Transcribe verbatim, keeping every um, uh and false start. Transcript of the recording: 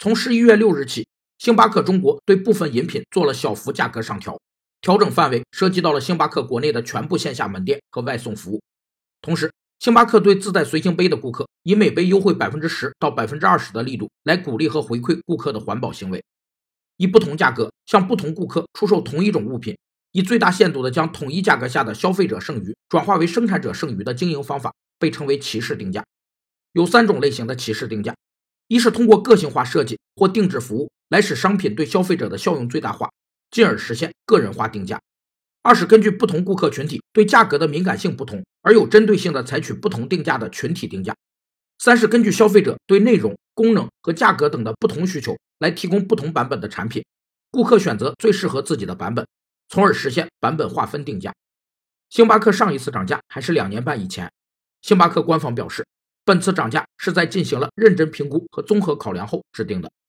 从十一月六日起，星巴克中国对部分饮品做了小幅价格上调，调整范围涉及到了星巴克国内的全部线下门店和外送服务。同时，星巴克对自带随行杯的顾客以每杯优惠 百分之十 到 百分之二十 的力度来鼓励和回馈顾客的环保行为，以不同价格向不同顾客出售同一种物品，以最大限度地将统一价格下的消费者剩余转化为生产者剩余的经营方法被称为歧视定价。有三种类型的歧视定价，一是通过个性化设计或定制服务来使商品对消费者的效用最大化，进而实现个人化定价；二是根据不同顾客群体对价格的敏感性不同，而有针对性的采取不同定价的群体定价；三是根据消费者对内容、功能和价格等的不同需求来提供不同版本的产品，顾客选择最适合自己的版本，从而实现版本划分定价。星巴克上一次涨价还是两年半以前，星巴克官方表示，本次涨价是在进行了认真评估和综合考量后制定的。